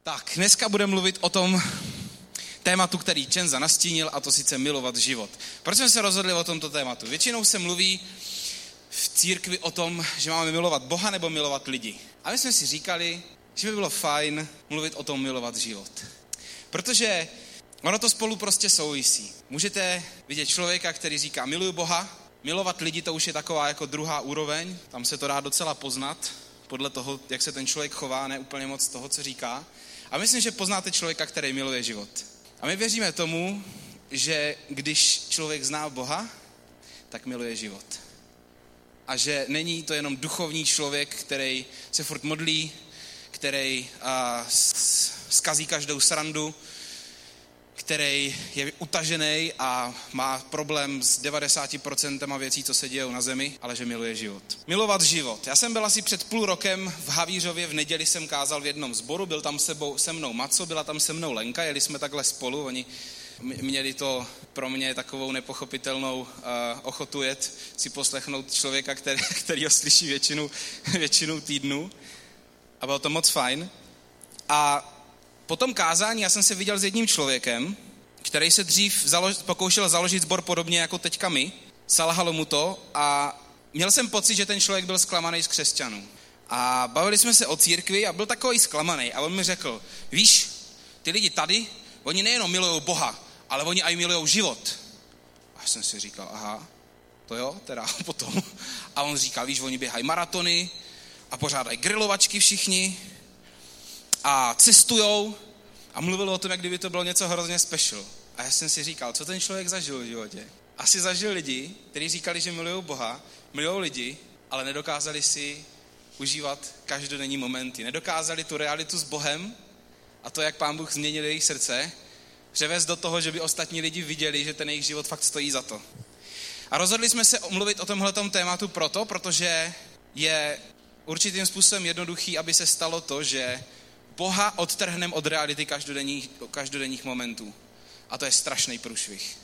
Tak, dneska budeme mluvit o tom tématu, který Čenza nastínil, a to sice milovat život. Proč jsme se rozhodli o tomto tématu? Většinou se mluví v církvi o tom, že máme milovat Boha nebo milovat lidi. A my jsme si říkali, že by bylo fajn mluvit o tom milovat život. Protože ono to spolu prostě souvisí. Můžete vidět člověka, který říká miluju Boha, milovat lidi to už je taková jako druhá úroveň, tam se to dá docela poznat, podle toho, jak se ten člověk chová, ne úplně moc toho, co říká. A myslím, že poznáte člověka, který miluje život. A my věříme tomu, že když člověk zná Boha, tak miluje život. A že není to jenom duchovní člověk, který se furt modlí, který zkazí každou srandu, který je utažený a má problém s 90% věcí, co se dějou na zemi, ale že miluje život. Milovat život. Já jsem byl asi před půl rokem v Havířově, v neděli jsem kázal v jednom sboru, byl tam se mnou Maco, byla tam se mnou Lenka, jeli jsme takhle spolu, oni měli to pro mě takovou nepochopitelnou ochotu jet si poslechnout člověka, který ho slyší většinu týdnu, a bylo to moc fajn. A po tom kázání já jsem se viděl s jedním člověkem, který se dřív pokoušel založit sbor podobně jako teďka my. Salhalo mu to a měl jsem pocit, že ten člověk byl zklamaný z křesťanů. A bavili jsme se o církvi a byl takový zklamaný. A on mi řekl, víš, ty lidi tady, oni nejenom milujou Boha, ale oni aj milujou život. A já jsem si říkal, aha, to jo, teda potom. A on říkal, víš, oni běhají maratony a pořádají grilovačky všichni, a cestujou a mluvil o tom, jak kdyby to bylo něco hrozně special. A já jsem si říkal, co ten člověk zažil v životě? Asi zažil lidi, kteří říkali, že milují Boha, milují lidi, ale nedokázali si užívat každodenní momenty. Nedokázali tu realitu s Bohem a to, jak Pán Bůh změnil jejich srdce, převést do toho, že by ostatní lidi viděli, že ten jejich život fakt stojí za to. A rozhodli jsme se mluvit o tomhletom tématu protože je určitým způsobem jednoduchý, aby se stalo to, že Boha odtrhneme od reality každodenních momentů. A to je strašný průšvih.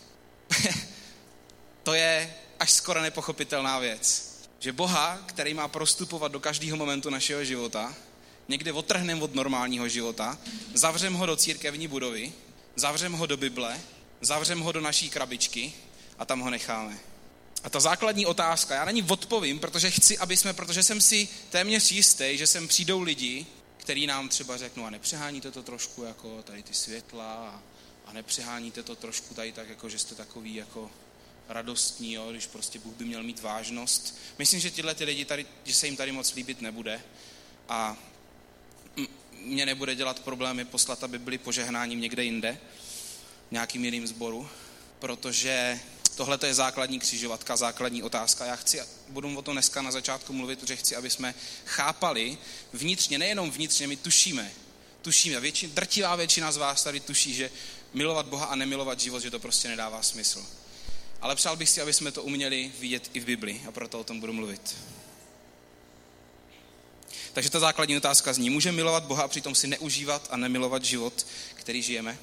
To je až skoro nepochopitelná věc. Že Boha, který má prostupovat do každého momentu našeho života, někde odtrhneme od normálního života, zavřeme ho do církevní budovy, zavřeme ho do Bible, zavřeme ho do naší krabičky a tam ho necháme. A ta základní otázka, já na ní odpovím, protože jsem si téměř jistý, že sem přijdou lidi, který nám třeba řeknou, a nepřeháníte to trošku jako tady ty světla a nepřeháníte to trošku tady tak, jako že jste takový jako radostní, jo, když prostě Bůh by měl mít vážnost. Myslím, že tyhle ty lidi tady, že se jim tady moc líbit nebude a mě nebude dělat problémy poslat, aby byli požehnáním někde jinde, v nějakým jiným sboru, protože tohle to je základní křižovatka, základní otázka. Budu o tom dneska na začátku mluvit, protože chci, aby jsme chápali vnitřně, nejenom vnitřně, my tušíme, drtivá většina z vás tady tuší, že milovat Boha a nemilovat život, že to prostě nedává smysl. Ale přál bych si, aby jsme to uměli vidět i v Bibli a proto o tom budu mluvit. Takže ta základní otázka zní, můžeme milovat Boha a přitom si neužívat a nemilovat život, který žijeme?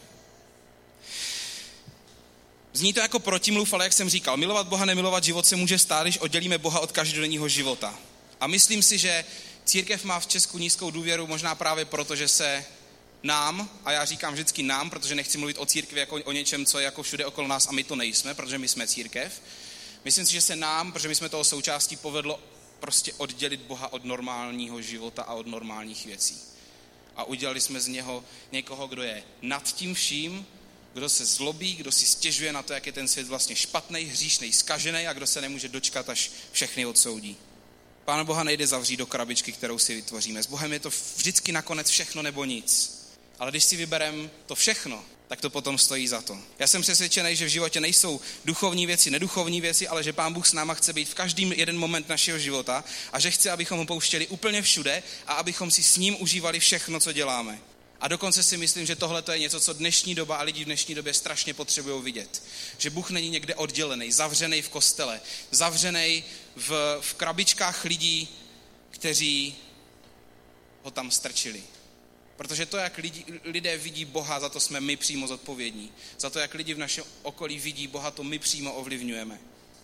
Zní to jako protimluv, ale jak jsem říkal, milovat Boha, nemilovat život se může stát, když oddělíme Boha od každodenního života. A myslím si, že církev má v Česku nízkou důvěru možná právě proto, že se nám, a já říkám vždycky nám, protože nechci mluvit o církvi jako o něčem, co je jako všude okolo nás a my to nejsme, protože my jsme církev. Myslím si, že se nám, protože my jsme toho součástí, povedlo prostě oddělit Boha od normálního života a od normálních věcí. A udělali jsme z něho někoho, kdo je nad tím vším, kdo se zlobí, kdo si stěžuje na to, jak je ten svět vlastně špatnej, hříšnej, zkažený a kdo se nemůže dočkat, až všechny odsoudí. Pána Boha nejde zavřít do krabičky, kterou si vytvoříme. S Bohem je to vždycky nakonec všechno nebo nic. Ale když si vybereme to všechno, tak to potom stojí za to. Já jsem přesvědčený, že v životě nejsou duchovní věci, neduchovní věci, ale že Pán Bůh s náma chce být v každý jeden moment našeho života a že chce, abychom ho pouštěli úplně všude a abychom si s ním užívali všechno, co děláme. A dokonce si myslím, že tohle je něco, co dnešní doba a lidi v dnešní době strašně potřebují vidět. Že Bůh není někde oddělený, zavřený v kostele, zavřený v krabičkách lidí, kteří ho tam strčili. Protože to, jak lidé vidí Boha, za to jsme my přímo zodpovědní. Za to, jak lidi v našem okolí vidí Boha, to my přímo ovlivňujeme.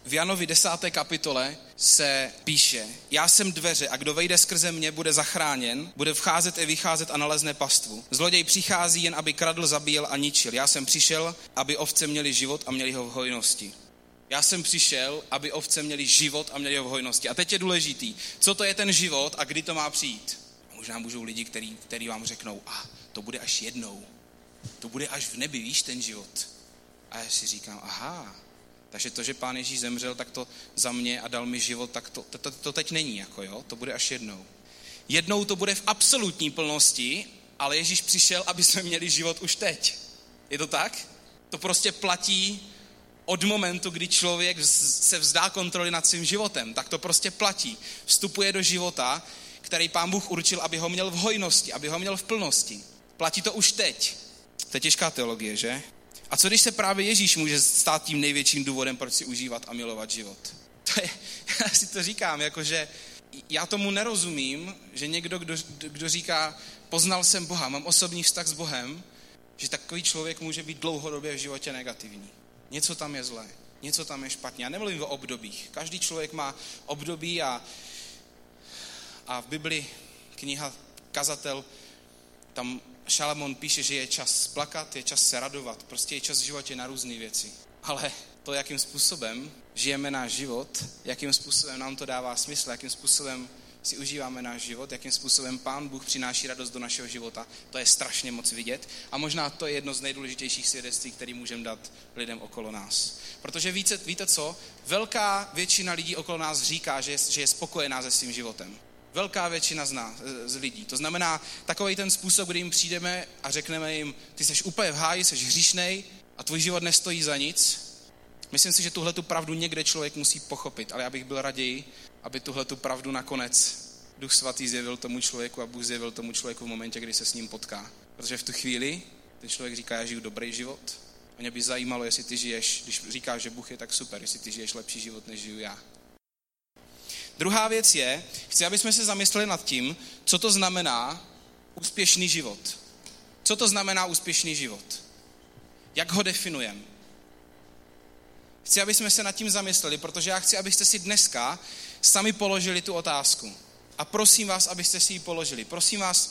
V Janovi 10. kapitole se píše: Já jsem dveře a kdo vejde skrze mě, bude zachráněn, bude vcházet i vycházet a nalezne pastvu. Zloděj přichází jen, aby kradl, zabíjel a ničil. Já jsem přišel, aby ovce měly život a měly ho v hojnosti. Já jsem přišel, aby ovce měly život a měly ho v hojnosti. A teď je důležitý, co to je ten život a kdy to má přijít. Možná můžou lidi, který vám řeknou, to bude až jednou. To bude až v nebi, víš, ten život. A já si říkám, takže to, že Pán Ježíš zemřel, tak to za mě a dal mi život, tak to teď není, to bude až jednou. Jednou to bude v absolutní plnosti, ale Ježíš přišel, aby jsme měli život už teď. Je to tak? To prostě platí od momentu, kdy člověk se vzdá kontroly nad svým životem. Tak to prostě platí. Vstupuje do života, který Pán Bůh určil, aby ho měl v hojnosti, aby ho měl v plnosti. Platí to už teď. To je těžká teologie, že? A co když se právě Ježíš může stát tím největším důvodem, proč si užívat a milovat život? Já si to říkám, jakože já tomu nerozumím, že někdo, kdo říká, poznal jsem Boha, mám osobní vztah s Bohem, že takový člověk může být dlouhodobě v životě negativní. Něco tam je zlé, něco tam je špatně. Já nemluvím o obdobích. Každý člověk má období a v Bibli kniha Kazatel, tam Šalamón píše, že je čas plakat, je čas se radovat, prostě je čas v životě na různé věci. Ale to, jakým způsobem žijeme náš život, jakým způsobem nám to dává smysl, jakým způsobem si užíváme náš život, jakým způsobem Pán Bůh přináší radost do našeho života, to je strašně moc vidět. A možná to je jedno z nejdůležitějších svědectví, které můžeme dát lidem okolo nás. Protože víte co? Velká většina lidí okolo nás říká, že je spokojená se svým životem. Velká většina z lidí. To znamená takový ten způsob, kdy jim přijdeme a řekneme jim, ty jsi úplně v háji, jsi hříšnej a tvůj život nestojí za nic. Myslím si, že tuhletu pravdu někde člověk musí pochopit, ale já bych byl raději, aby tuhletu pravdu nakonec Duch Svatý zjevil tomu člověku a Bůh zjevil tomu člověku v momentě, kdy se s ním potká. Protože v tu chvíli ten člověk říká, já žiju dobrý život. A mě by zajímalo, jestli ty žiješ, když říkáš, že Bůh je tak super, jestli ty žiješ lepší život, než žiju já. Druhá věc je, chci, aby jsme se zamysleli nad tím, co to znamená úspěšný život. Co to znamená úspěšný život? Jak ho definujeme? Chci, aby jsme se nad tím zamysleli, protože já chci, abyste si dneska sami položili tu otázku. A prosím vás, abyste si ji položili. Prosím vás,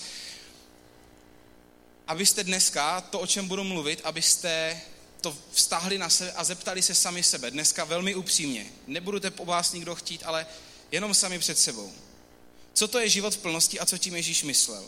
abyste dneska to, o čem budu mluvit, abyste to vztáhli na sebe a zeptali se sami sebe. Dneska velmi upřímně. Nebudete po vás nikdo chtít, ale jenom sami před sebou. Co to je život v plnosti a co tím Ježíš myslel?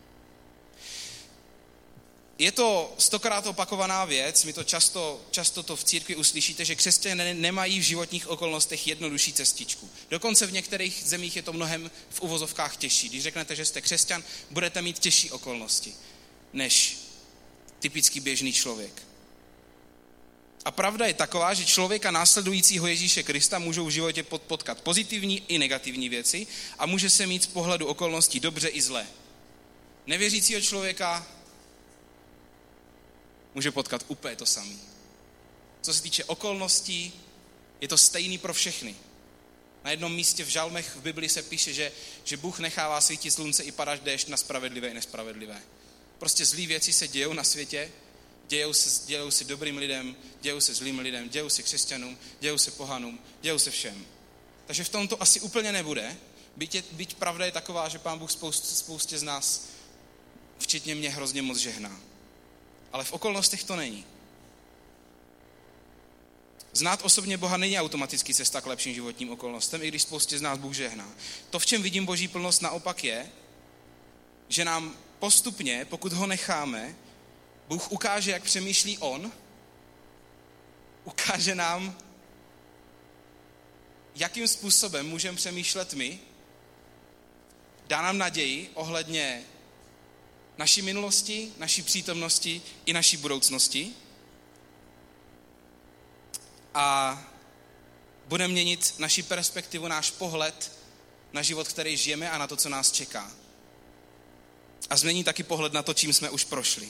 Je to 100krát opakovaná věc, my to často to v církvi uslyšíte, že křesťané nemají v životních okolnostech jednodušší cestičku. Dokonce v některých zemích je to mnohem v uvozovkách těžší. Když řeknete, že jste křesťan, budete mít těžší okolnosti než typický běžný člověk. A pravda je taková, že člověka následujícího Ježíše Krista můžou v životě potkat pozitivní i negativní věci a může se mít z pohledu okolností dobře i zlé. Nevěřícího člověka může potkat úplně to samé. Co se týče okolností, je to stejný pro všechny. Na jednom místě v žalmech v Bibli se píše, že Bůh nechává svítit slunce i padat déšť na spravedlivé i nespravedlivé. Prostě zlý věci se dějou na světě, dějou se dobrým lidem, dějou se zlým lidem, dějou se křesťanům, dějou se pohanům, dějou se všem. Takže v tom to asi úplně nebude, byť pravda je taková, že Pán Bůh spoustě z nás, včetně mě, hrozně moc žehná. Ale v okolnostech to není. Znát osobně Boha není automaticky cesta k lepším životním okolnostem, i když spoustě z nás Bůh žehná. To, v čem vidím Boží plnost, naopak je, že nám postupně, pokud ho necháme, Bůh ukáže, jak přemýšlí on, ukáže nám, jakým způsobem můžeme přemýšlet my, dá nám naději ohledně naší minulosti, naší přítomnosti i naší budoucnosti a bude měnit naši perspektivu, náš pohled na život, který žijeme a na to, co nás čeká. A změní taky pohled na to, čím jsme už prošli.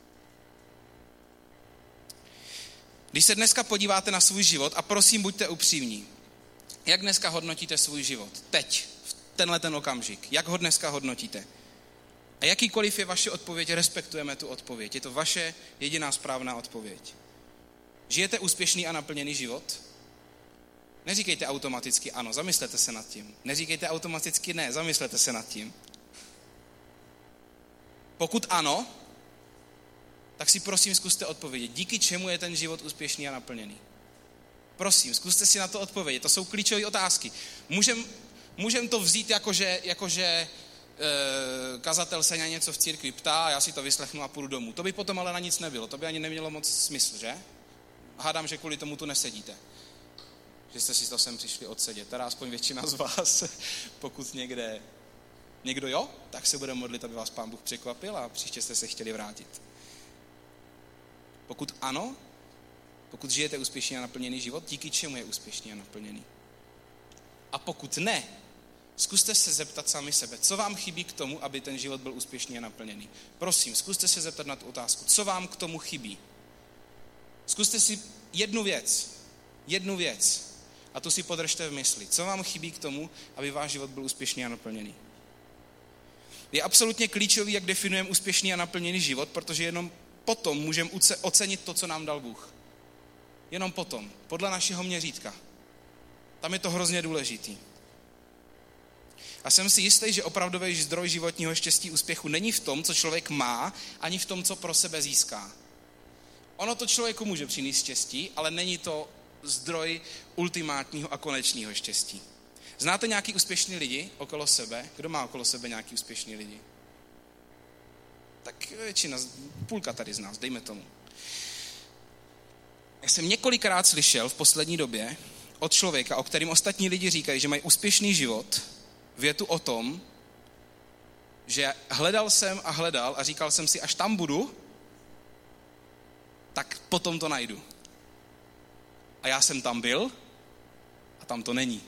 Když se dneska podíváte na svůj život, a prosím, buďte upřímní, jak dneska hodnotíte svůj život? Teď, v tenhle ten okamžik. Jak ho dneska hodnotíte? A jakýkoliv je vaše odpověď, respektujeme tu odpověď. Je to vaše jediná správná odpověď. Žijete úspěšný a naplněný život? Neříkejte automaticky ano, zamyslete se nad tím. Neříkejte automaticky ne, zamyslete se nad tím. Pokud ano, tak si prosím zkuste odpovědět, díky čemu je ten život úspěšný a naplněný. Prosím, zkuste si na to odpovědět, to jsou klíčové otázky. Můžem to vzít jakože kazatel se na něco v církvi ptá a já si to vyslechnu a půjdu domů. To by potom ale na nic nebylo, to by ani nemělo moc smysl, že? Hádám, že kvůli tomu tu nesedíte. Že jste si to sem přišli odsedět, teda aspoň většina z vás, pokud někdo jo, tak se bude modlit, aby vás Pán Bůh překvapil a příště jste se chtěli vrátit. Pokud ano, pokud žijete úspěšný a naplněný život, díky čemu je úspěšný a naplněný? A pokud ne, zkuste se zeptat sami sebe, co vám chybí k tomu, aby ten život byl úspěšný a naplněný. Prosím, zkuste se zeptat na tu otázku, co vám k tomu chybí. Zkuste si jednu věc a tu si podržte v mysli. Co vám chybí k tomu, aby váš život byl úspěšný a naplněný? Je absolutně klíčový, jak definujeme úspěšný a naplněný život, protože jenom potom můžeme ocenit to, co nám dal Bůh. Jenom potom, podle našeho měřítka. Tam je to hrozně důležitý. A jsem si jistý, že opravdový zdroj životního štěstí úspěchu není v tom, co člověk má, ani v tom, co pro sebe získá. Ono to člověku může přinést štěstí, ale není to zdroj ultimátního a konečného štěstí. Znáte nějaký úspěšný lidi okolo sebe? Kdo má okolo sebe nějaký úspěšný lidi? Tak většina, půlka tady z nás, dejme tomu. Já jsem několikrát slyšel v poslední době od člověka, o kterým ostatní lidi říkají, že mají úspěšný život, větu o tom, že hledal jsem a hledal a říkal jsem si, až tam budu, tak potom to najdu. A já jsem tam byl a tam to není.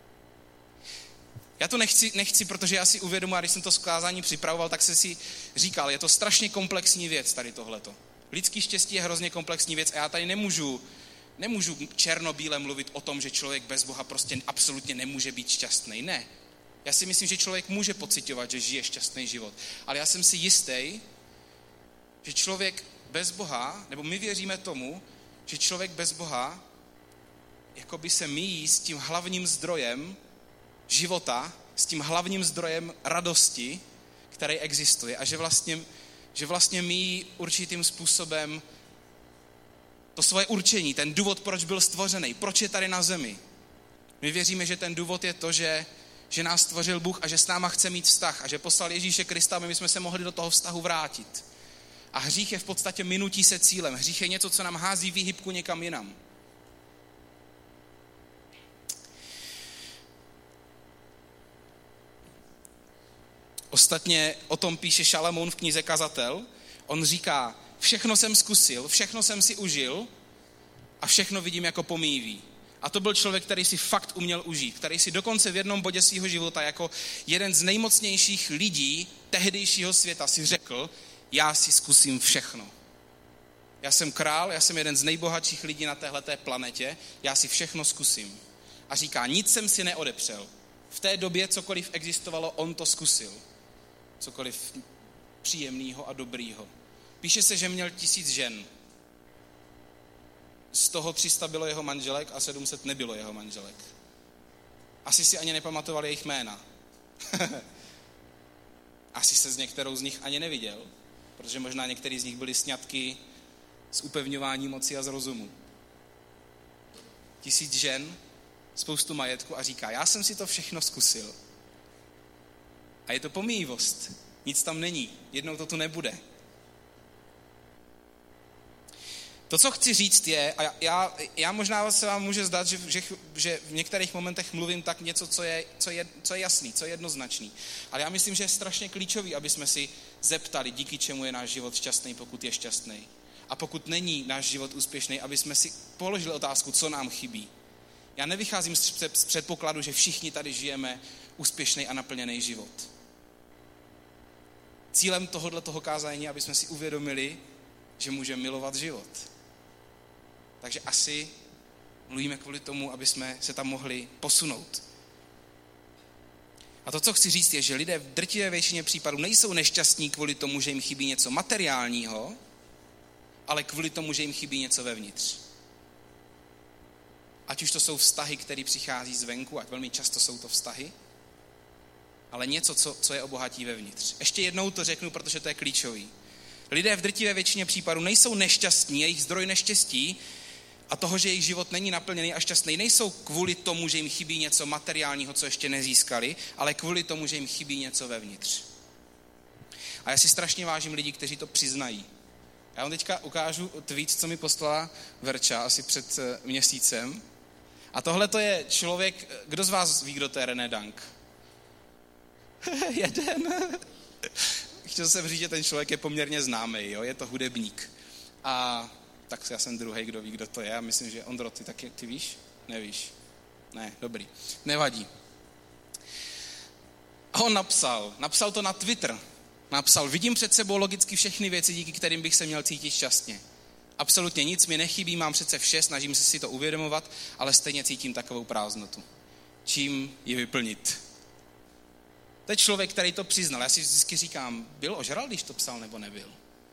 Já to nechci, protože já si uvědomuji, a když jsem to zkázání připravoval, tak jsem si říkal, je to strašně komplexní věc tady tohleto. Lidský štěstí je hrozně komplexní věc a já tady nemůžu černobíle mluvit o tom, že člověk bez Boha prostě absolutně nemůže být šťastný. Ne. Já si myslím, že člověk může pocitovat, že žije šťastný život. Ale já jsem si jistý, že člověk bez Boha, nebo my věříme tomu, že člověk bez Boha jakoby se míjí s tím hlavním zdrojem života, s tím hlavním zdrojem radosti, který existuje a že vlastně míjí určitým způsobem to svoje určení, ten důvod, proč byl stvořený, proč je tady na zemi. My věříme, že ten důvod je to, že nás stvořil Bůh a že s náma chce mít vztah a že poslal Ježíše Krista, aby my jsme se mohli do toho vztahu vrátit. A hřích je v podstatě minutí se cílem. Hřích je něco, co nám hází výhybku někam jinam. Ostatně o tom píše Šalamoun v knize Kazatel. On říká, všechno jsem zkusil, všechno jsem si užil a všechno vidím jako pomíjivý. A to byl člověk, který si fakt uměl užít, který si dokonce v jednom bodě svého života jako jeden z nejmocnějších lidí tehdejšího světa si řekl, já si zkusím všechno. Já jsem král, já jsem jeden z nejbohatších lidí na téhleté planetě, já si všechno zkusím. A říká, nic jsem si neodepřel. V té době cokoliv existovalo, on to zkusil. Cokoliv příjemného a dobrýho. Píše se, že měl 1000 žen. Z toho 300 bylo jeho manželek a 700 nebylo jeho manželek. Asi si ani nepamatoval jejich jména. Asi se s některou z nich ani neviděl, protože možná některý z nich byly sňatky z upevňování moci a z rozumu. 1000 žen, spoustu majetku a říká, já jsem si to všechno zkusil. A je to pomíjivost. Nic tam není. Jednou to tu nebude. To, co chci říct je, a já možná se vám může zdát, že v některých momentech mluvím tak něco, co je jasný, co je jednoznačný. Ale já myslím, že je strašně klíčový, aby jsme si zeptali, díky čemu je náš život šťastný, pokud je šťastný. A pokud není náš život úspěšný, aby jsme si položili otázku, co nám chybí. Já nevycházím z předpokladu, že všichni tady žijeme úspěšný a naplněný život. Cílem tohoto kázání je, aby jsme si uvědomili, že můžeme milovat život. Takže asi mluvíme kvůli tomu, aby jsme se tam mohli posunout. A to, co chci říct, je, že lidé v drtivé většině případů nejsou nešťastní kvůli tomu, že jim chybí něco materiálního, ale kvůli tomu, že jim chybí něco vevnitř. ať už to jsou vztahy, které přichází zvenku, ať velmi často jsou to vztahy, ale něco, co je obohatí vevnitř. Ještě jednou to řeknu, protože to je klíčový. Lidé v drtivé většině případů nejsou nešťastní, jejich zdroj neštěstí a toho, že jejich život není naplněný a šťastný, nejsou kvůli tomu, že jim chybí něco materiálního, co ještě nezískali, ale kvůli tomu, že jim chybí něco vevnitř. A já si strašně vážím lidí, kteří to přiznají. Já vám teďka ukážu tweet, co mi poslala Verča asi před měsícem. A tohle to je člověk, kdo z vás ví, kdo to je René Dank? Jeden. Chtěl jsem říct, že ten člověk je poměrně známý, jo? Je to hudebník. A tak já jsem druhej, kdo ví, kdo to je. A myslím, že Ondro, ty víš? Nevíš? Ne, dobrý. Nevadí. A on napsal to na Twitter. Napsal, vidím před sebou logicky všechny věci, díky kterým bych se měl cítit šťastně. Absolutně nic mi nechybí, mám přece vše, snažím se si to uvědomovat, ale stejně cítím takovou prázdnotu. Čím ji vyplnit? To je člověk, který to přiznal. Já si vždycky říkám, byl ožral, když to psal, nebo nebyl?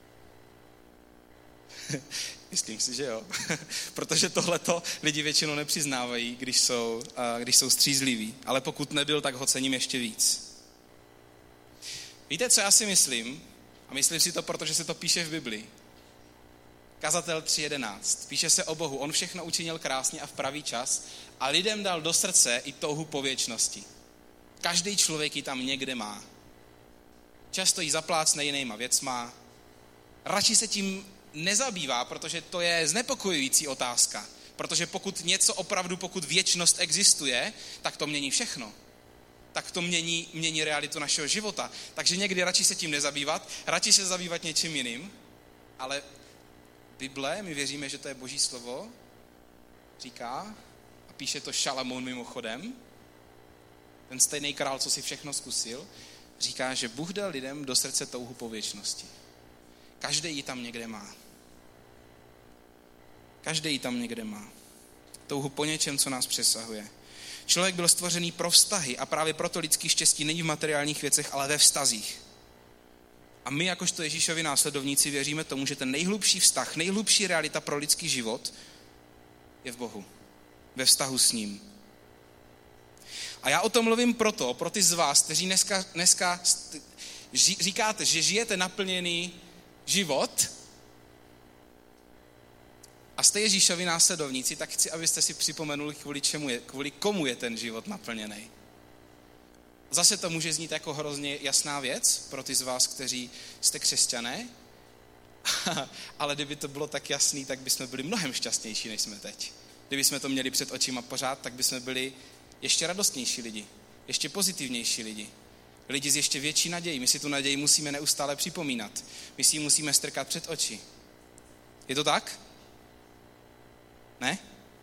Myslím si, že jo. Protože tohleto lidi většinou nepřiznávají, když jsou střízliví. Ale pokud nebyl, tak ho cením ještě víc. Víte, co já si myslím? A myslím si to, protože se to píše v Biblii. Kazatel 3.11. Píše se o Bohu. On všechno učinil krásně a v pravý čas a lidem dal do srdce i touhu po věčnosti. Každý člověk ji tam někde má. Často ji zaplácne jinýma věcma. Radši se tím nezabývá, protože to je znepokojující otázka. Protože pokud věčnost existuje, tak to mění všechno. Tak to mění realitu našeho života. Takže někdy radši se tím nezabývat, radši se zabývat něčím jiným, ale Bible, my věříme, že to je Boží slovo, říká, a píše to Šalamoun mimochodem, ten stejný král, co si všechno zkusil, říká, že Bůh dal lidem do srdce touhu po věčnosti. Každý ji tam někde má. Každý ji tam někde má. Touhu po něčem, co nás přesahuje. Člověk byl stvořený pro vztahy a právě proto lidský štěstí není v materiálních věcech, ale ve vztazích. A my, jakožto Ježíšovi následovníci, věříme tomu, že ten nejhlubší vztah, nejhlubší realita pro lidský život je v Bohu. Ve vztahu s ním. A já o tom mluvím pro ty z vás, kteří dneska říkáte, že žijete naplněný život a jste Ježíšovi následovníci, tak chci, abyste si připomenuli, kvůli komu je ten život naplněný. Zase to může znít jako hrozně jasná věc pro ty z vás, kteří jste křesťané, ale kdyby to bylo tak jasný, tak bychom byli mnohem šťastnější, než jsme teď. Kdyby jsme to měli před očima pořád, tak bychom byli ještě radostnější lidi, ještě pozitivnější lidi. Lidi s ještě větší nadějí. My si tu naději musíme neustále připomínat. My si ji musíme strkat před oči. Je to tak? Ne?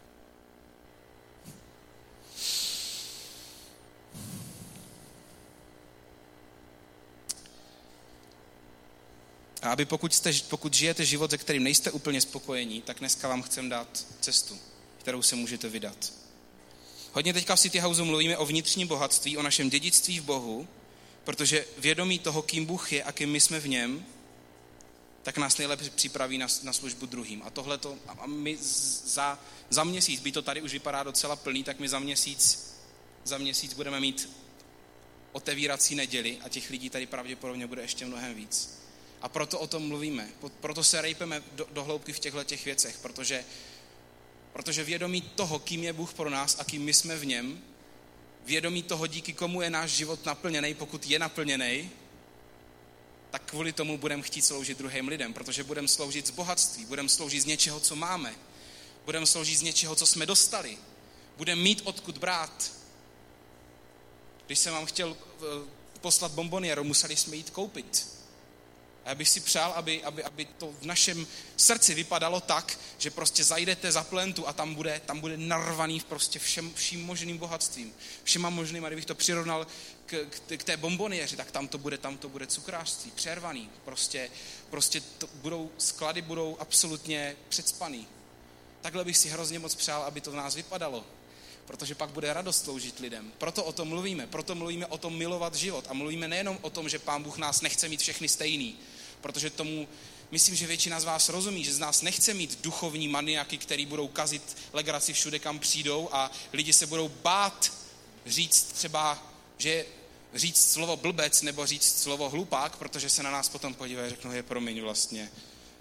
A aby pokud žijete život, se kterým nejste úplně spokojení, tak dneska vám chcem dát cestu, kterou se můžete vydat. Hodně teďka v City Houseu mluvíme o vnitřním bohatství, o našem dědictví v Bohu, protože vědomí toho, kým Bůh je a kým my jsme v něm, tak nás nejlépe připraví na službu druhým. A tohleto, a my za měsíc, by to tady už vypadá docela plný, tak my za měsíc budeme mít otevírací neděli a těch lidí tady pravděpodobně bude ještě mnohem víc. A proto o tom mluvíme, proto se rejpeme do hloubky v těchto věcech, protože vědomí toho, kým je Bůh pro nás a kým my jsme v něm, vědomí toho, díky komu je náš život naplněný, pokud je naplněný, tak kvůli tomu budeme chtít sloužit druhým lidem, protože budeme sloužit z bohatství, budeme sloužit z něčeho, co máme, budeme sloužit z něčeho, co jsme dostali, budeme mít odkud brát. Když jsem vám chtěl poslat bonboniéru, museli jsme jít koupit. A já bych si přál, aby to v našem srdci vypadalo tak, že prostě zajdete za plentu a tam bude narvaný prostě vším možným bohatstvím. Všema možným, a kdybych to přirovnal k té bonboniéři, tak tam to bude cukrářství, přervaný. Prostě sklady budou absolutně přecpaný. Takhle bych si hrozně moc přál, aby to v nás vypadalo. Protože pak bude radost sloužit lidem. Proto o tom mluvíme o tom milovat život. A mluvíme nejenom o tom, že Pán Bůh nás nechce mít všechny stejný, protože myslím, že většina z vás rozumí, že z nás nechce mít duchovní maniaky, který budou kazit legraci všude, kam přijdou a lidi se budou bát říct třeba, že říct slovo blbec nebo říct slovo hlupák, protože se na nás potom podívají a řeknou, je promiň vlastně.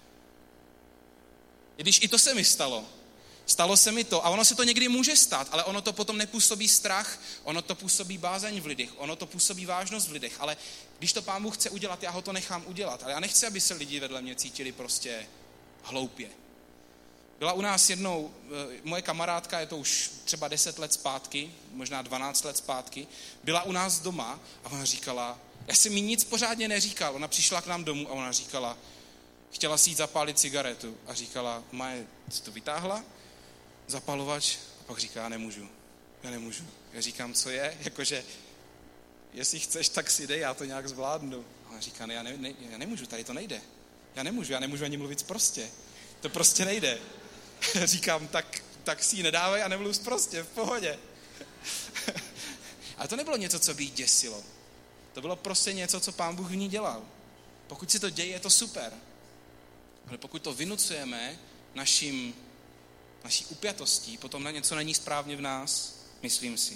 I když i to se mi stalo. Stalo se mi to a ono se to někdy může stát, ale ono to potom nepůsobí strach, ono to působí bázeň v lidech, ono to působí vážnost v lidech, ale když to Pán Bůh chce udělat, já ho to nechám udělat. Ale já nechci, aby se lidi vedle mě cítili prostě hloupě. Byla u nás jednou moje kamarádka, je to už třeba 10 let zpátky, možná 12 let zpátky, byla u nás doma a ona říkala, já jsem jí nic pořádně neříkal, ona přišla k nám domů a ona říkala, chtěla si jít zapálit cigaretu a říkala, Maje, jsi to vytáhla? Zapalovač? A pak říká, já nemůžu. Já říkám, co je? Jakože, jestli chceš, tak si dej, já to nějak zvládnu. A ona říká, ne, já nemůžu, tady to nejde. Já nemůžu ani mluvit sprostě. To prostě nejde. Říkám, tak si ji nedávej a nemluv sprostě, v pohodě. Ale to nebylo něco, co by jí děsilo. To bylo prostě něco, co Pán Bůh v ní dělal. Pokud si to děje, je to super. Ale pokud to vynucujeme naší upjatostí, potom na něco není správně v nás, myslím si.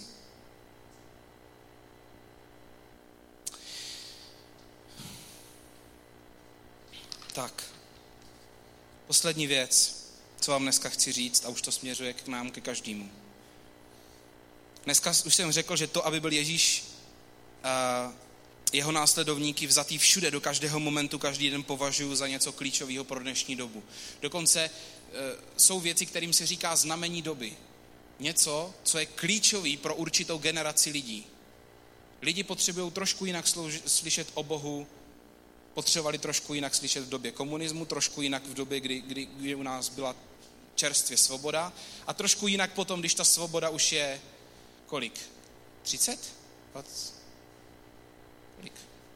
Tak. Poslední věc, co vám dneska chci říct, a už to směřuje k nám, ke každému. Dneska už jsem řekl, že to, aby byl Ježíš jeho následovníky vzatý všude, do každého momentu, každý den považuji za něco klíčového pro dnešní dobu. Dokonce jsou věci, kterým se říká znamení doby. Něco, co je klíčový pro určitou generaci lidí. Lidi potřebují trošku jinak slyšet o Bohu, potřebovali trošku jinak slyšet v době komunismu, trošku jinak v době, kdy u nás byla čerstvě svoboda a trošku jinak potom, když ta svoboda už je kolik? 30? 20? Kolik?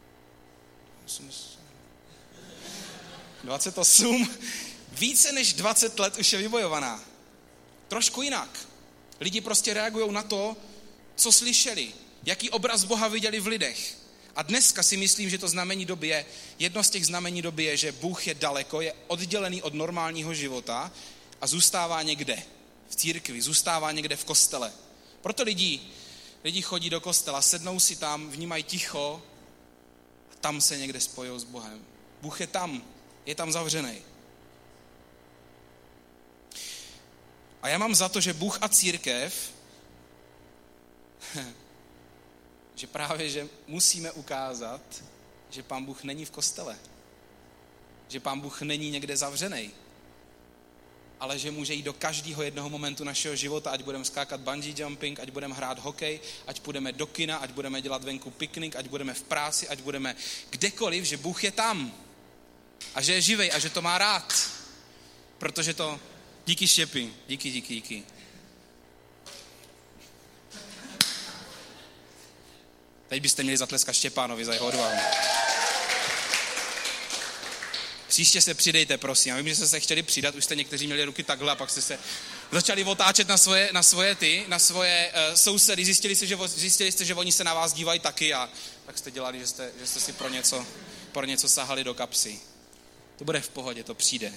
28? Více než 20 let už je vybojovaná. Trošku jinak. Lidi prostě reagují na to, co slyšeli, jaký obraz Boha viděli v lidech. A dneska si myslím, že to znamení doby je, jedno z těch znamení doby je, že Bůh je daleko, je oddělený od normálního života a zůstává někde v církvi, zůstává někde v kostele. Proto lidi chodí do kostela, sednou si tam, vnímají ticho a tam se někde spojí s Bohem. Bůh je tam zavřený. A já mám za to, že Bůh a církev, že právě, že musíme ukázat, že Pán Bůh není v kostele. Že Pán Bůh není někde zavřený. Ale že může jít do každého jednoho momentu našeho života, ať budeme skákat bungee jumping, ať budeme hrát hokej, ať půjdeme do kina, ať budeme dělat venku piknik, ať budeme v práci, ať budeme kdekoliv, že Bůh je tam. A že je živej a že to má rád. Protože to... Díky Štěpi, díky. Teď byste měli zatleskat Štěpánovi za jeho odvahu. Příště se přidejte, prosím. Já vím, že jste se chtěli přidat, už jste někteří měli ruky takhle a pak jste se začali otáčet na svoje sousedy. Zjistili jste, že oni se na vás dívají taky a tak jste dělali, že jste si pro něco sahali do kapsy. To bude v pohodě, to přijde.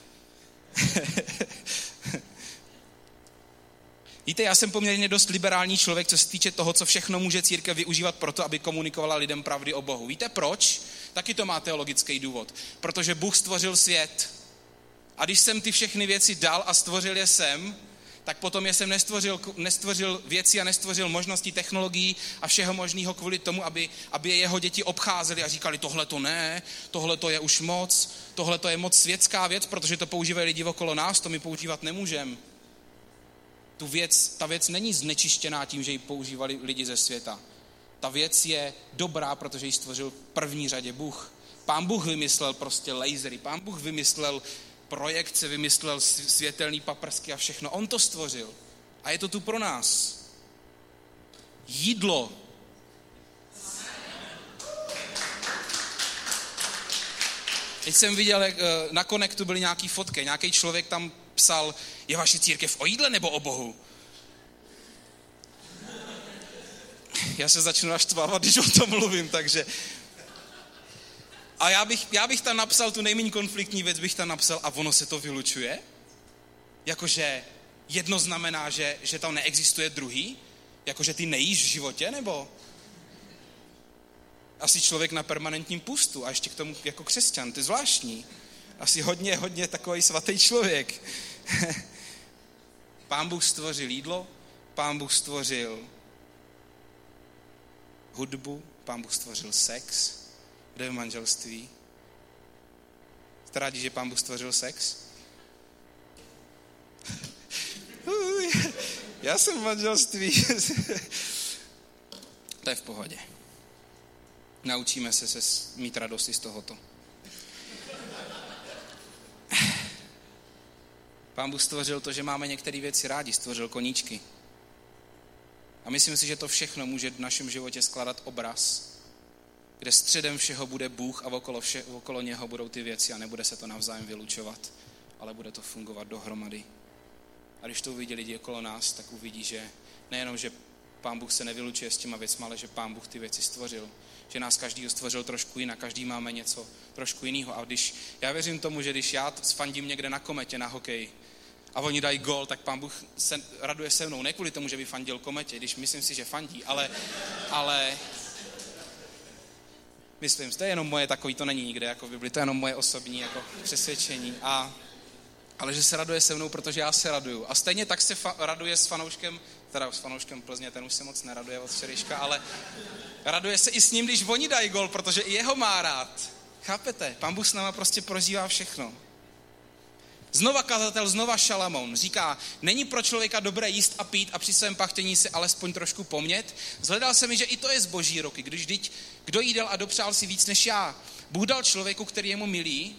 Víte, já jsem poměrně dost liberální člověk, co se týče toho, co všechno může církev využívat proto, aby komunikovala lidem pravdy o Bohu. Víte proč? Taky to má teologický důvod. Protože Bůh stvořil svět. A když jsem ty všechny věci dal a stvořil je sem, tak potom jsem nestvořil věci a nestvořil možnosti technologií a všeho možného kvůli tomu, aby je jeho děti obcházeli a říkali, tohle to ne, tohle to je už moc, tohle to je moc světská věc, protože to používají lidi okolo nás, to my používat nemůžeme. Ta věc není znečištěná tím, že ji používali lidi ze světa. Ta věc je dobrá, protože ji stvořil v první řadě Bůh. Pán Bůh vymyslel prostě lasery, Pán Bůh vymyslel projekce, vymyslel světelný paprsky a všechno. On to stvořil. A je to tu pro nás. Jídlo. Teď jsem viděl, jak na Connectu byly nějaký fotky. Nějaký člověk tam psal, je vaše církev o jídle nebo o Bohu? Já se začnu naštvávat, když o tom mluvím, takže A já bych tam napsal tu nejméně konfliktní věc, bych tam napsal a ono se to vylučuje? Jakože jedno znamená, že tam neexistuje druhý? Jakože ty nejíš v životě, nebo? Asi člověk na permanentním pustu a ještě k tomu jako křesťan, to je zvláštní. Asi hodně takový svatý člověk. Pán Bůh stvořil jídlo, Pán Bůh stvořil hudbu, Pán Bůh stvořil sex. Kde je v manželství? Jste rádi, že Pán Bůh stvořil sex? Já jsem v manželství. To je v pohodě. Naučíme se mít radost z tohoto. Pán Bůh stvořil to, že máme některé věci rádi, stvořil koníčky. A myslím si, že to všechno může v našem životě skládat obraz, kde středem všeho bude Bůh a okolo něho budou ty věci a nebude se to navzájem vylučovat, ale bude to fungovat dohromady. A když to uvidí lidi okolo nás, tak uvidí, že nejenom, že Pán Bůh se nevylučuje s těma věcma, ale že Pán Bůh ty věci stvořil. Že nás každýho stvořil trošku jinak, každý máme něco trošku jiného. A já věřím tomu, že když já fandím někde na Kometě, na hokej, a oni dají gól, tak Pán Bůh se raduje se mnou. Ne kvůli tomu, že by fandil Kometě, když myslím si, že fandí, ale myslím, to je jenom moje takový, to není nikde jako v Bibli, to je jenom moje osobní jako přesvědčení. Ale že se raduje se mnou, protože já se raduju. A stejně tak se raduje s fanouškem Plzně, ten už se moc neraduje od včerejška, ale raduje se i s ním, když oni dají gól, protože i jeho má rád. Chápete? Pán Bůh s náma prostě prožívá všechno. Znova kazatel, znova Šalamoun říká, není pro člověka dobré jíst a pít a při svém pachtění se alespoň trošku pomět. Zhledal se mi, že i to je z boží ruky, když kdo jídel a dopřál si víc než já. Bůh dal člověku, který je mu milý,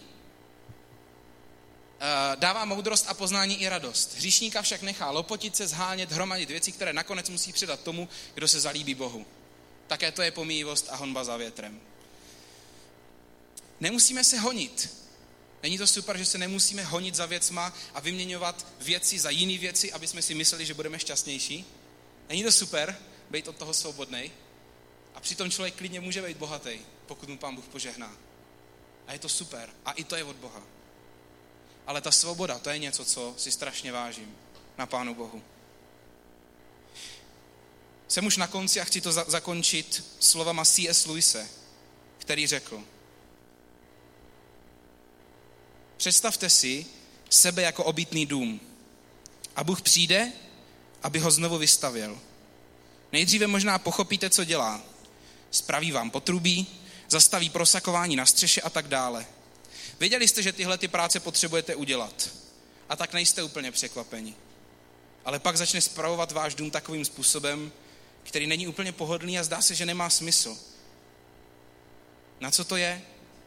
dává moudrost a poznání i radost. Hříšníka však nechá lopotit se, zhánět, hromadit věci, které nakonec musí předat tomu, kdo se zalíbí Bohu. Také to je pomíjivost a honba za větrem. Nemusíme se honit. Není to super, že se nemusíme honit za věcma a vyměňovat věci za jiné věci, aby jsme si mysleli, že budeme šťastnější? Není to super, být od toho svobodnej? A přitom člověk klidně může být bohatý, pokud mu Pán Bůh požehná. A je to super. A i to je od Boha. Ale ta svoboda, to je něco, co si strašně vážím na Pánu Bohu. Jsem už na konci a chci to zakončit slovama C.S. Lewise, který řekl: představte si sebe jako obytný dům a Bůh přijde, aby ho znovu vystavěl. Nejdříve možná pochopíte, co dělá. Spraví vám potrubí, zastaví prosakování na střeše a tak dále. Věděli jste, že tyhle ty práce potřebujete udělat. A tak nejste úplně překvapeni. Ale pak začne spravovat váš dům takovým způsobem, který není úplně pohodlný a zdá se, že nemá smysl. Na co to je?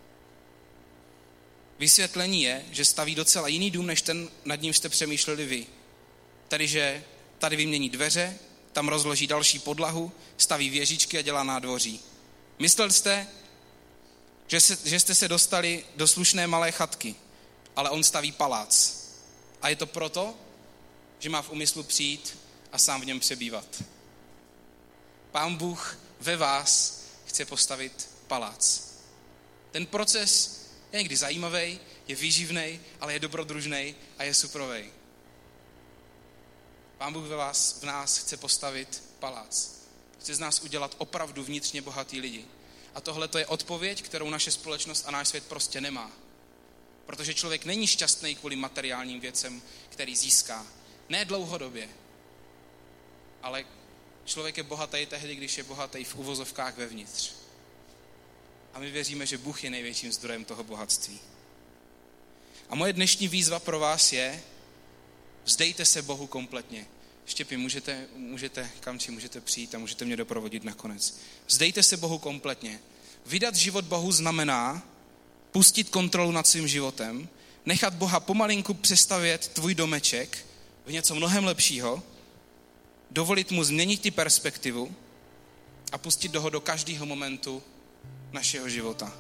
Vysvětlení je, že staví docela jiný dům, než ten, nad ním jste přemýšleli vy. Tedy, že tady vymění dveře, tam rozloží další podlahu, staví věžičky a dělá nádvoří. Mysleli jste, že jste se dostali do slušné malé chatky, ale on staví palác. A je to proto, že má v úmyslu přijít a sám v něm přebývat. Pán Bůh ve vás chce postavit palác. Ten proces je někdy zajímavý, je výživný, ale je dobrodružný a je suprovej. Pán Bůh v nás chce postavit palác. Chce z nás udělat opravdu vnitřně bohatý lidi. A tohle to je odpověď, kterou naše společnost a náš svět prostě nemá. Protože člověk není šťastný kvůli materiálním věcem, který získá. Ne dlouhodobě. Ale člověk je bohatý tehdy, když je bohatý v uvozovkách vevnitř. A my věříme, že Bůh je největším zdrojem toho bohatství. A moje dnešní výzva pro vás je: vzdejte se Bohu kompletně. Štěpy, můžete přijít a můžete mě doprovodit nakonec. Vzdejte se Bohu kompletně. Vydat život Bohu znamená pustit kontrolu nad svým životem, nechat Boha pomalinku přestavět tvůj domeček v něco mnohem lepšího, dovolit mu změnit ti perspektivu a pustit ho do každého momentu našeho života.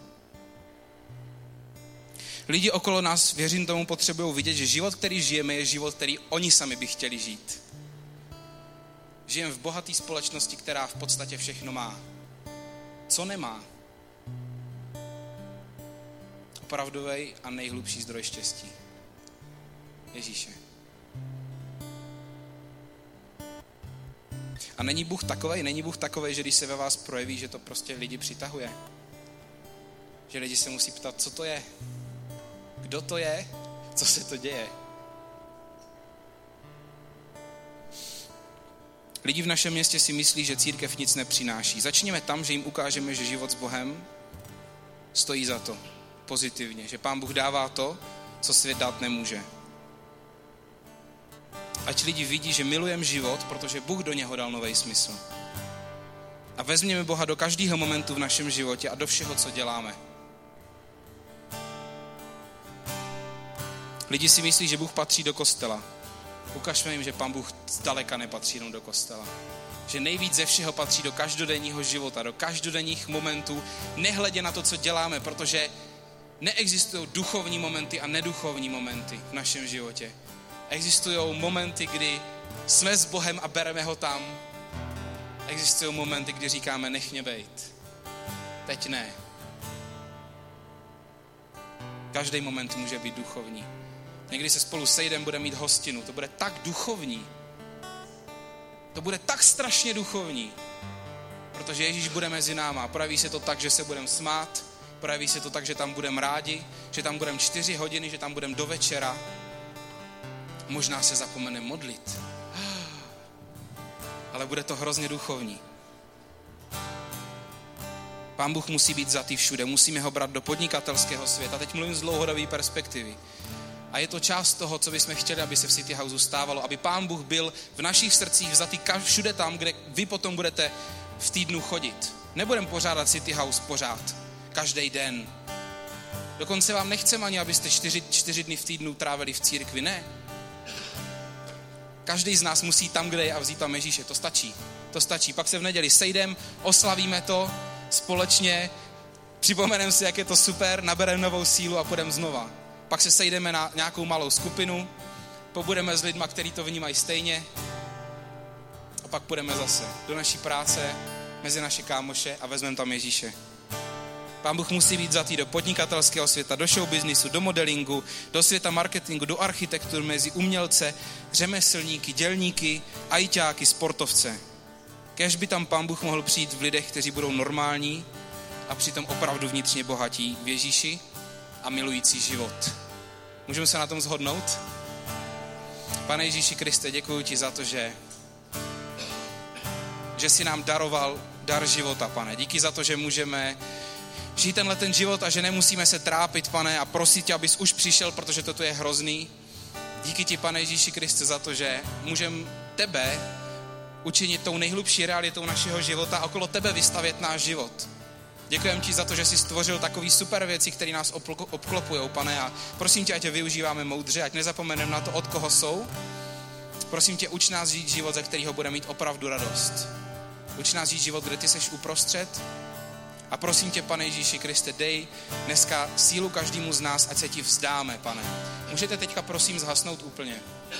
Lidi okolo nás, věřím tomu, potřebují vidět, že život, který žijeme, je život, který oni sami by chtěli žít. Žijeme v bohaté společnosti, která v podstatě všechno má. Co nemá? opravdový a nejhlubší zdroj štěstí. Ježíše. A není Bůh takovej, že když se ve vás projeví, že to prostě lidi přitahuje. Že lidi se musí ptát, co to je? Kdo to je? Co se to děje? Lidi v našem městě si myslí, že církev nic nepřináší. Začněme tam, že jim ukážeme, že život s Bohem stojí za to. Pozitivně. Že Pán Bůh dává to, co svět dát nemůže. Ať lidi vidí, že milujeme život, protože Bůh do něho dal nový smysl. A vezměme Boha do každého momentu v našem životě a do všeho, co děláme. Lidi si myslí, že Bůh patří do kostela. Ukažme jim, že Pán Bůh zdaleka nepatří jenom do kostela. Že nejvíc ze všeho patří do každodenního života, do každodenních momentů, nehledě na to, co děláme, protože neexistují duchovní momenty a neduchovní momenty v našem životě. Existují momenty, kdy jsme s Bohem a bereme ho tam. Existují momenty, kdy říkáme, nech mě bejt. Teď ne. Každý moment může být duchovní. Někdy se spolu sejdeme, budeme mít hostinu. To bude tak duchovní. To bude tak strašně duchovní. Protože Ježíš bude mezi náma. Projeví se to tak, že se budeme smát. Projeví se to tak, že tam budeme rádi. Že tam budeme 4 hodiny, že tam budeme do večera. Možná se zapomeneme modlit. Ale bude to hrozně duchovní. Pán Bůh musí být vzatý všude. Musíme ho brát do podnikatelského světa. Teď mluvím z dlouhodobé perspektivy. A je to část toho, co bychom chtěli, aby se v City Houseu stávalo. Aby Pán Bůh byl v našich srdcích vzatý všude tam, kde vy potom budete v týdnu chodit. Nebudeme pořádat City House pořád. Každý den. Dokonce vám nechceme ani, abyste 4 dny v týdnu trávili v církvi. Ne. Každý z nás musí tam, kde je, a vzít tam Ježíše. To stačí. To stačí. Pak se v neděli sejdeme, oslavíme to společně, připomeneme si, jak je to super, nabereme novou sílu a půjdeme znova. Pak se sejdeme na nějakou malou skupinu, pobudeme s lidma, kteří to vnímají stejně a pak půjdeme zase do naší práce, mezi naše kámoše a vezmeme tam Ježíše. Pán Bůh musí být vzatý do podnikatelského světa, do showbiznisu, do modelingu, do světa marketingu, do architektury, mezi umělce, řemeslníky, dělníky, ajťáky, sportovce. Kéž by tam Pán Bůh mohl přijít v lidech, kteří budou normální a přitom opravdu vnitřně bohatí v Ježíši a milující život. Můžeme se na tom shodnout? Pane Ježíši Kriste, děkuji ti za to, že jsi nám daroval dar života, Pane. Díky za to, že můžeme žít ten život a že nemusíme se trápit, Pane, a prosit tě, abys už přišel, protože toto je hrozný. Díky ti, Pane Ježíši Kriste, za to, že můžeme tebe učinit tou nejhlubší realitou našeho života a okolo tebe vystavět náš život. Děkujeme ti za to, že jsi stvořil takový super věci, které nás obklopujou, Pane, a prosím tě, ať je využíváme moudře, ať nezapomeneme na to, od koho jsou. Prosím tě, uč nás žít život, ze kterého bude mít opravdu radost. Uč nás žít život, kde ty seš uprostřed. A prosím tě, Pane Ježíši Kriste, dej dneska sílu každému z nás, ať se ti vzdáme, Pane. Můžete teďka prosím zhasnout úplně.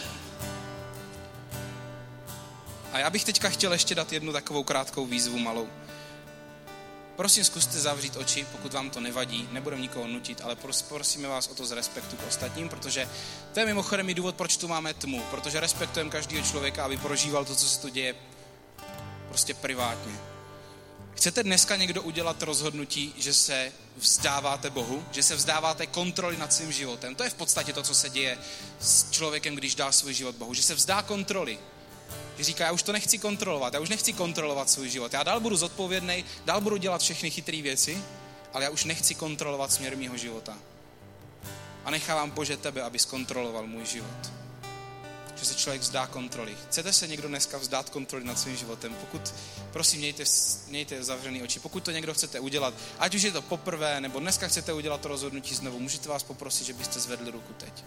A já bych teďka chtěl ještě dát jednu takovou krátkou výzvu malou. Prosím, zkuste zavřít oči, pokud vám to nevadí, nebudeme nikoho nutit, ale prosíme vás o to z respektu k ostatním, protože to je mimochodem i důvod, proč tu máme tmu, protože respektujeme každého člověka, aby prožíval to, co se tu děje prostě privátně. Chcete dneska někdo udělat rozhodnutí, že se vzdáváte Bohu, že se vzdáváte kontroly nad svým životem? To je v podstatě to, co se děje s člověkem, když dá svůj život Bohu, že se vzdá kontroly. Že říká, já už to nechci kontrolovat, já už nechci kontrolovat svůj život. Já dál budu zodpovědnej, dál budu dělat všechny chytré věci, ale já už nechci kontrolovat směr mýho života. A nechávám, Bože, tebe, abys kontroloval můj život. Že se člověk vzdá kontroly. Chcete se někdo dneska vzdát kontroly nad svým životem? Pokud, prosím, mějte zavřený oči. Pokud to někdo chcete udělat, ať už je to poprvé, nebo dneska chcete udělat to rozhodnutí znovu, můžete vás poprosit, že byste zvedli ruku teď.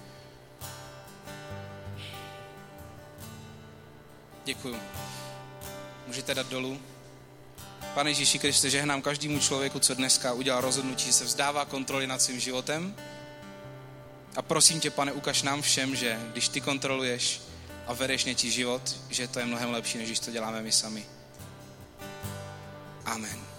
Děkuju. Můžete dát dolů. Pane Ježíši Kriste, žehnám každému člověku, co dneska udělal rozhodnutí, že se vzdává kontroly nad svým životem. A prosím tě, Pane, ukaž nám všem, že když ty kontroluješ a vedeš něčí život, že to je mnohem lepší, než když to děláme my sami. Amen.